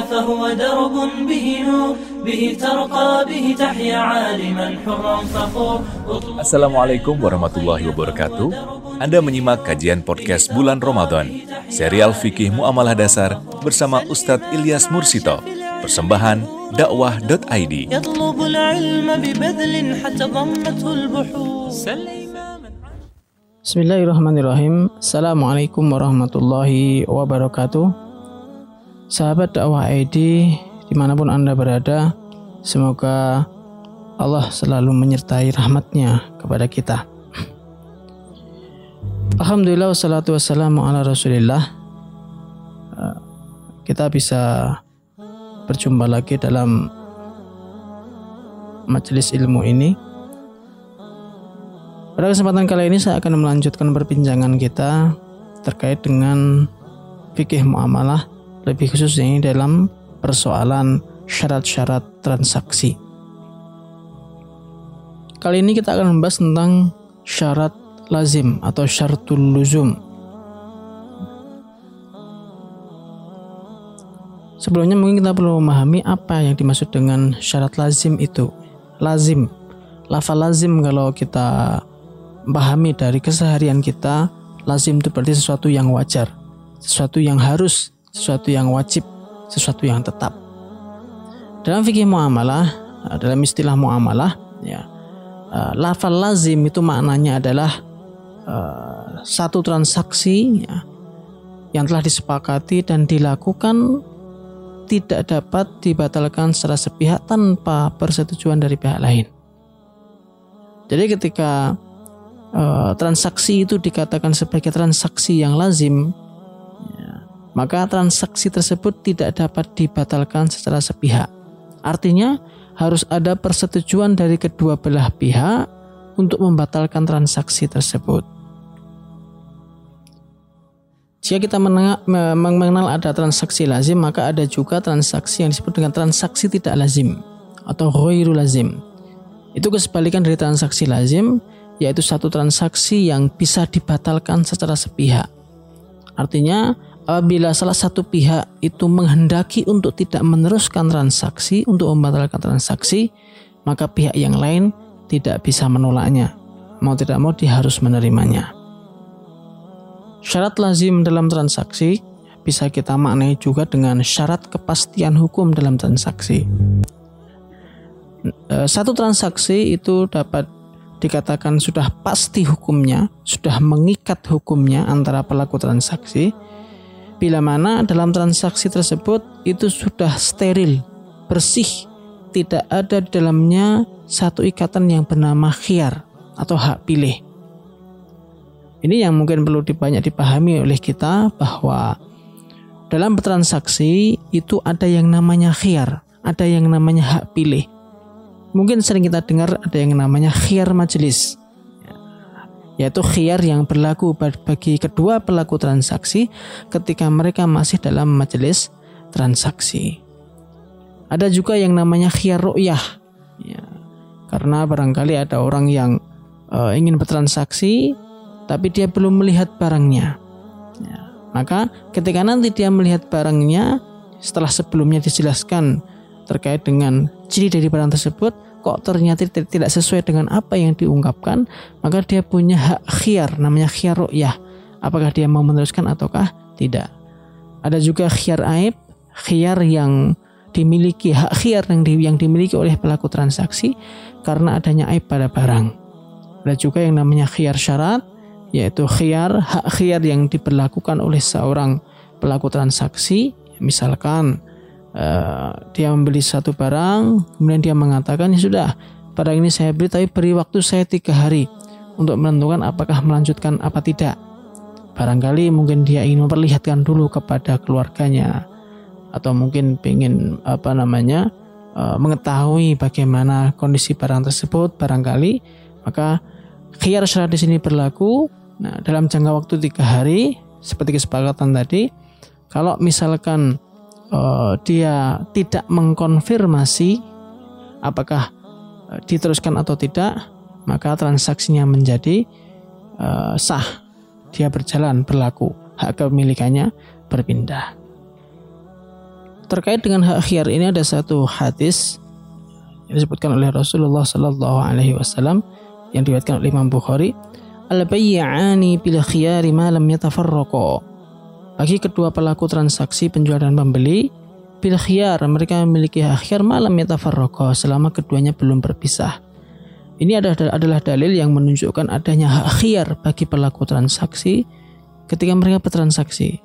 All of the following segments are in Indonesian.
فهو درب به نور به ترقى به تحيا عالما حرا فخور. Assalamualaikum warahmatullahi wabarakatuh. Anda menyimak kajian podcast bulan Ramadan, serial fikih muamalah dasar bersama Ustadz Ilyas Mursito, persembahan dakwah.id. Bismillahirrahmanirrahim. Assalamualaikum warahmatullahi wabarakatuh. Sahabat dakwah ID dimanapun Anda berada, semoga Allah selalu menyertai rahmatnya kepada kita. Alhamdulillah wassalatu wassalamu ala rasulillah. Kita bisa berjumpa lagi dalam majelis ilmu ini. Pada kesempatan kali ini saya akan melanjutkan perbincangan kita terkait dengan fikih muamalah, lebih khususnya dalam persoalan syarat-syarat transaksi. Kali ini kita akan membahas tentang syarat lazim atau syaratul luzum. Sebelumnya mungkin kita perlu memahami apa yang dimaksud dengan syarat lazim itu. Lazim, lafal lazim kalau kita pahami dari keseharian kita, lazim itu berarti sesuatu yang wajar, sesuatu yang harus, sesuatu yang wajib, sesuatu yang tetap. Dalam fikih muamalah, dalam istilah muamalah, lafal lazim itu maknanya adalah satu transaksi yang telah disepakati dan dilakukan tidak dapat dibatalkan secara sepihak tanpa persetujuan dari pihak lain. Jadi ketika transaksi itu dikatakan sebagai transaksi yang lazim, maka transaksi tersebut tidak dapat dibatalkan secara sepihak. Artinya harus ada persetujuan dari kedua belah pihak untuk membatalkan transaksi tersebut. Jika kita mengenal ada transaksi lazim, maka ada juga transaksi yang disebut dengan transaksi tidak lazim atau ghairu lazim. Itu kesebalikan dari transaksi lazim, yaitu satu transaksi yang bisa dibatalkan secara sepihak. Artinya apabila salah satu pihak itu menghendaki untuk tidak meneruskan transaksi, untuk membatalkan transaksi, maka pihak yang lain tidak bisa menolaknya. Mau tidak mau dia harus menerimanya. Syarat lazim dalam transaksi bisa kita maknai juga dengan syarat kepastian hukum dalam transaksi. Satu transaksi itu dapat dikatakan sudah pasti hukumnya, sudah mengikat hukumnya antara pelaku transaksi, bila mana dalam transaksi tersebut itu sudah steril, bersih, tidak ada di dalamnya satu ikatan yang bernama khiyar atau hak pilih. Ini yang mungkin perlu banyak dipahami oleh kita, bahwa dalam bertransaksi itu ada yang namanya khiyar, ada yang namanya hak pilih. Mungkin sering kita dengar ada yang namanya khiyar majelis, yaitu khiyar yang berlaku bagi kedua pelaku transaksi ketika mereka masih dalam majelis transaksi. Ada juga yang namanya khiyar ru'yah, karena barangkali ada orang yang ingin bertransaksi tapi dia belum melihat barangnya. Maka ketika nanti dia melihat barangnya, setelah sebelumnya dijelaskan terkait dengan ciri dari barang tersebut, kok ternyata tidak sesuai dengan apa yang diungkapkan, maka dia punya hak khiyar, namanya khiyar ru'yah. Apakah dia mau meneruskan ataukah tidak. Ada juga khiyar aib, khiyar yang dimiliki, hak khiyar yang dimiliki oleh pelaku transaksi karena adanya aib pada barang. Ada juga yang namanya khiyar syarat, yaitu hak khiyar yang diberlakukan oleh seorang pelaku transaksi. Misalkan dia membeli satu barang, kemudian dia mengatakan, ya sudah, barang ini saya beli tapi beri waktu saya 3 hari untuk menentukan apakah melanjutkan apa tidak. Barangkali mungkin dia ingin memperlihatkan dulu kepada keluarganya, atau mungkin ingin mengetahui bagaimana kondisi barang tersebut barangkali, maka khiyar syarat di sini berlaku. Nah, dalam jangka waktu 3 hari seperti kesepakatan tadi, kalau misalkan dia tidak mengkonfirmasi apakah diteruskan atau tidak, maka transaksinya menjadi sah, dia berjalan, berlaku, hak kepemilikannya berpindah. terkait dengan hak khiyar ini ada satu hadis yang disebutkan oleh Rasulullah sallallahu alaihi wasallam yang diriwayatkan oleh Imam Bukhari, al-bayya'ani bil khiyari ma lam yatafarraqa. Bagi kedua pelaku transaksi penjual dan pembeli, bil khiyar, mereka memiliki hak khiyar ma lam yatafarraqa, selama keduanya belum berpisah. Ini adalah dalil yang menunjukkan adanya hak khiyar bagi pelaku transaksi ketika mereka bertransaksi.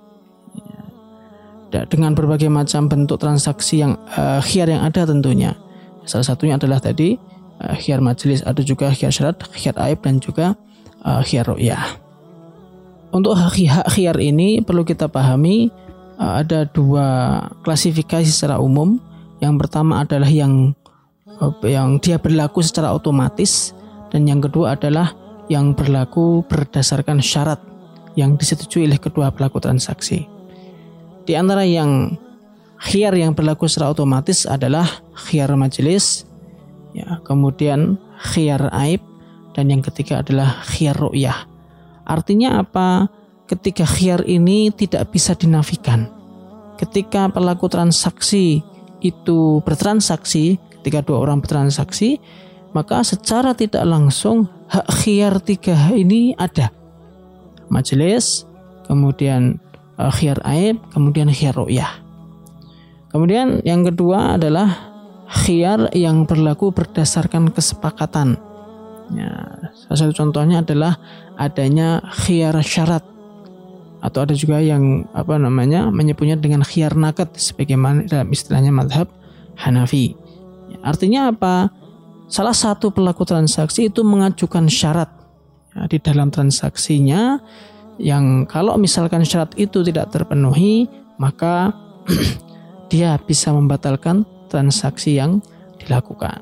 Dengan berbagai macam bentuk transaksi yang khiyar yang ada tentunya. Salah satunya adalah tadi khiyar majelis, ada juga khiyar syarat, khiyar aib, dan juga khiyar ru'yah. Untuk hak khiyar ini perlu kita pahami ada dua klasifikasi secara umum. Yang pertama adalah yang dia berlaku secara otomatis, dan yang kedua adalah yang berlaku berdasarkan syarat yang disetujui oleh kedua pelaku transaksi. Di antara yang khiyar yang berlaku secara otomatis adalah khiyar majelis, ya, kemudian khiyar aib, dan yang ketiga adalah khiyar ru'yah. Artinya apa? Ketika khiyar ini tidak bisa dinafikan. Ketika pelaku transaksi itu bertransaksi, ketika dua orang bertransaksi, maka secara tidak langsung hak khiyar tiga ini ada. Majelis, kemudian khiyar aib, kemudian khiyar ru'yah. Kemudian yang kedua adalah khiyar yang berlaku berdasarkan kesepakatan. Ya, salah satu contohnya adalah adanya khiyar syarat, atau ada juga yang menyebutnya dengan khiyar naqd sebagaimana dalam istilahnya mazhab Hanafi. Ya, artinya apa? Salah satu pelaku transaksi itu mengajukan syarat di dalam transaksinya, yang kalau misalkan syarat itu tidak terpenuhi, maka dia bisa membatalkan transaksi yang dilakukan.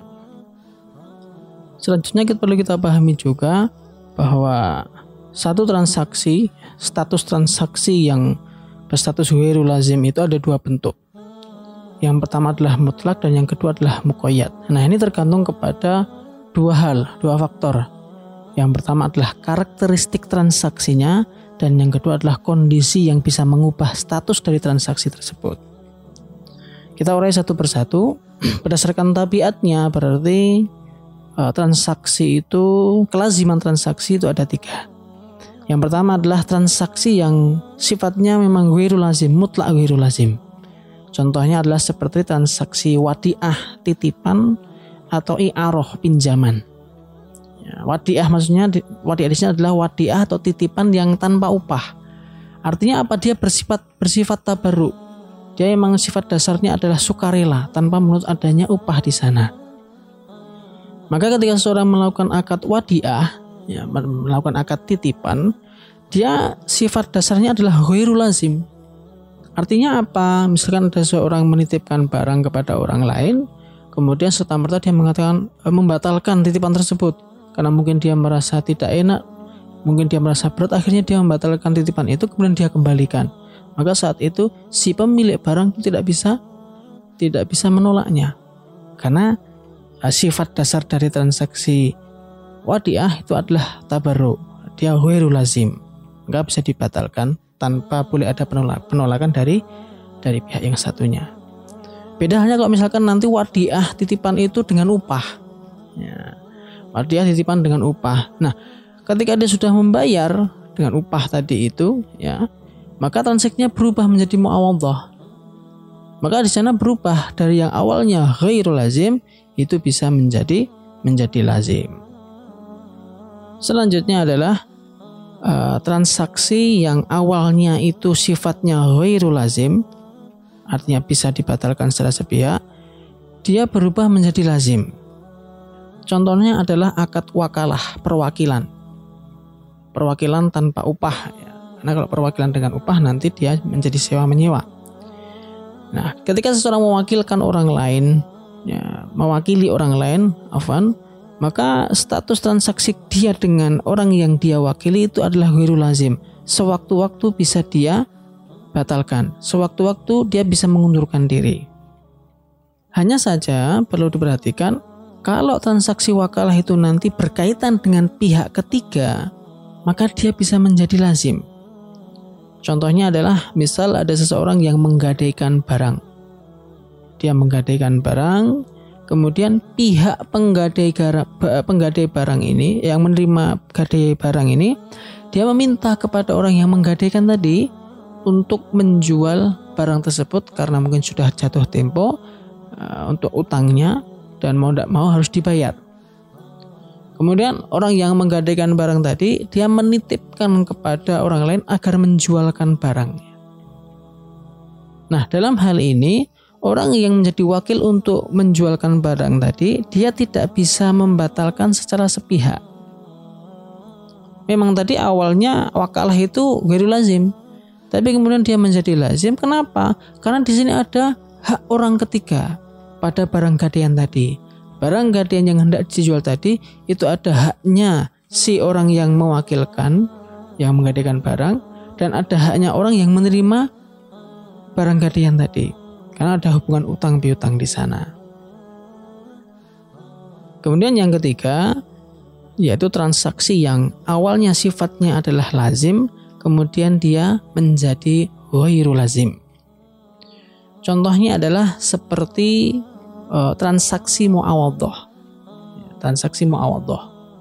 Selanjutnya perlu kita pahami juga bahwa satu transaksi, status transaksi yang berstatus ghairul lazim itu ada dua bentuk. Yang pertama adalah mutlak dan yang kedua adalah muqayyad. Nah, ini tergantung kepada dua faktor. Yang pertama adalah karakteristik transaksinya, dan yang kedua adalah kondisi yang bisa mengubah status dari transaksi tersebut. Kita urai satu persatu. Berdasarkan tabiatnya berarti transaksi itu, kelaziman transaksi itu ada tiga. Yang pertama adalah transaksi yang sifatnya memang ghairul lazim, mutlak ghairul lazim. Contohnya adalah seperti transaksi wadiah, titipan, atau i'aroh, pinjaman. Ya, wadiah maksudnya, wadiah di sini adalah wadiah atau titipan yang tanpa upah. Artinya apa? Dia bersifat tabarruk. Dia memang sifat dasarnya adalah sukarela tanpa menurut adanya upah di sana. Maka ketika seseorang melakukan akad wadiah, ya, melakukan akad titipan, dia sifat dasarnya adalah ghairul lazim. Artinya apa? Misalkan ada seorang menitipkan barang kepada orang lain, kemudian serta-merta dia mengatakan membatalkan titipan tersebut. Karena mungkin dia merasa tidak enak, mungkin dia merasa berat, akhirnya dia membatalkan titipan itu, kemudian dia kembalikan. Maka saat itu si pemilik barang tidak bisa menolaknya, karena sifat dasar dari transaksi wadiah itu adalah tabarruk, dia ghairul lazim, nggak bisa dibatalkan tanpa boleh ada penolakan dari pihak yang satunya. Beda halnya kalau misalkan nanti wadiah titipan itu dengan upah, ya. Wadiah titipan dengan upah. Nah, ketika dia sudah membayar dengan upah tadi itu, ya, maka transaksinya berubah menjadi muawadhah. Maka di sana berubah dari yang awalnya ghairul lazim itu bisa menjadi lazim. Selanjutnya adalah transaksi yang awalnya itu sifatnya ghairul lazim, artinya bisa dibatalkan secara sepihak, dia berubah menjadi lazim. Contohnya adalah akad wakalah, perwakilan tanpa upah, ya. Karena kalau perwakilan dengan upah nanti dia menjadi sewa menyewa. Nah, ketika seseorang mewakili orang lain, maka status transaksi dia dengan orang yang dia wakili itu adalah ghairul lazim. Sewaktu-waktu bisa dia batalkan, sewaktu-waktu dia bisa mengundurkan diri. Hanya saja perlu diperhatikan, kalau transaksi wakalah itu nanti berkaitan dengan pihak ketiga, maka dia bisa menjadi lazim. Contohnya adalah misal ada seseorang yang menggadaikan barang. dia menggadaikan barang, kemudian pihak penggadai barang ini, yang menerima gadai barang ini, dia meminta kepada orang yang menggadaikan tadi untuk menjual barang tersebut karena mungkin sudah jatuh tempo untuk utangnya dan mau tidak mau harus dibayar. Kemudian orang yang menggadaikan barang tadi, dia menitipkan kepada orang lain agar menjualkan barangnya. Nah, dalam hal ini orang yang menjadi wakil untuk menjualkan barang tadi, dia tidak bisa membatalkan secara sepihak. Memang tadi awalnya wakalah itu ghairul lazim, tapi kemudian dia menjadi lazim. Kenapa? Karena di sini ada hak orang ketiga pada barang gadaian tadi. Barang gadaian yang hendak dijual tadi itu ada haknya si orang yang mewakilkan, yang menggadaikan barang, dan ada haknya orang yang menerima barang gadaian tadi. Karena ada hubungan utang piutang di sana. Kemudian yang ketiga, yaitu transaksi yang awalnya sifatnya adalah lazim, kemudian dia menjadi ghairul lazim. Contohnya adalah seperti transaksi muawadhah. Transaksi muawadhah.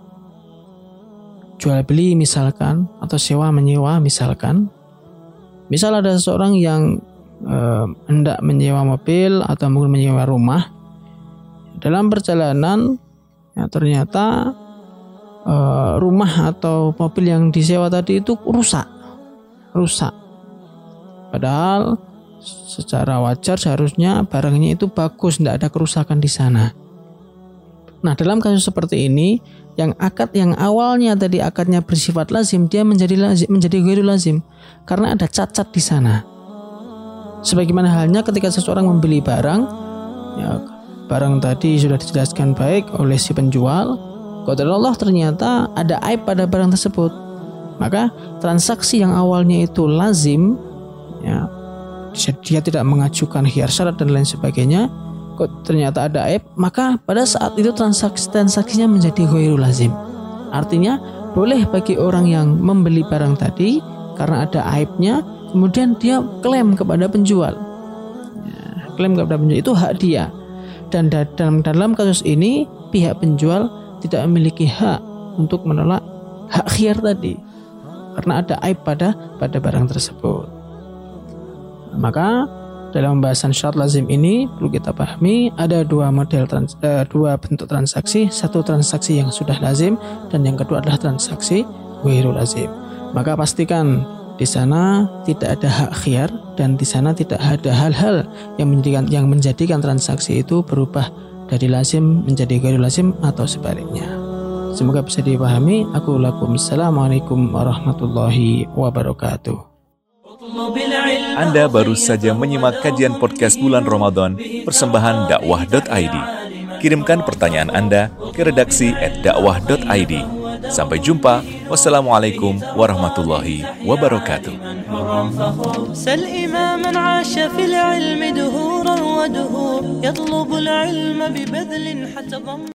Jual beli misalkan, atau sewa menyewa misalkan. Misal ada seseorang yang hendak menyewa mobil atau mungkin menyewa rumah. Dalam perjalanan ya, ternyata rumah atau mobil yang disewa tadi itu rusak. Padahal secara wajar seharusnya barangnya itu bagus, tidak ada kerusakan di sana. Nah, dalam kasus seperti ini, yang akad yang awalnya tadi akadnya bersifat lazim, dia menjadi ghairul lazim karena ada cacat di sana. Sebagaimana halnya ketika seseorang membeli barang, ya, barang tadi sudah dijelaskan baik oleh si penjual, qadarullah ternyata ada aib pada barang tersebut. Maka transaksi yang awalnya itu lazim, ya, dia tidak mengajukan khiyar syarat dan lain sebagainya, kok ternyata ada aib, maka pada saat itu transaksinya menjadi ghairul lazim. Artinya boleh bagi orang yang membeli barang tadi karena ada aibnya, kemudian dia klaim kepada penjual. Ya, klaim kepada penjual itu hak dia. Dan dalam kasus ini pihak penjual tidak memiliki hak untuk menolak hak khiyar tadi karena ada aib pada barang tersebut. Maka dalam pembahasan syarat lazim ini perlu kita pahami ada dua bentuk transaksi. Satu transaksi yang sudah lazim dan yang kedua adalah transaksi ghairul lazim. Maka pastikan di sana tidak ada hak khiyar dan di sana tidak ada hal-hal yang menjadikan transaksi itu berubah dari lazim menjadi ghairul lazim atau sebaliknya. Semoga bisa dipahami. Assalamualaikum warahmatullahi wabarakatuh. Anda baru saja menyimak kajian podcast bulan Ramadan persembahan dakwah.id. Kirimkan pertanyaan Anda ke redaksi @dakwah.id. Sampai jumpa. Wassalamualaikum warahmatullahi wabarakatuh. سل إماما عاش في العلم دهورا ودهور يطلب العلم ببذل حتى ضم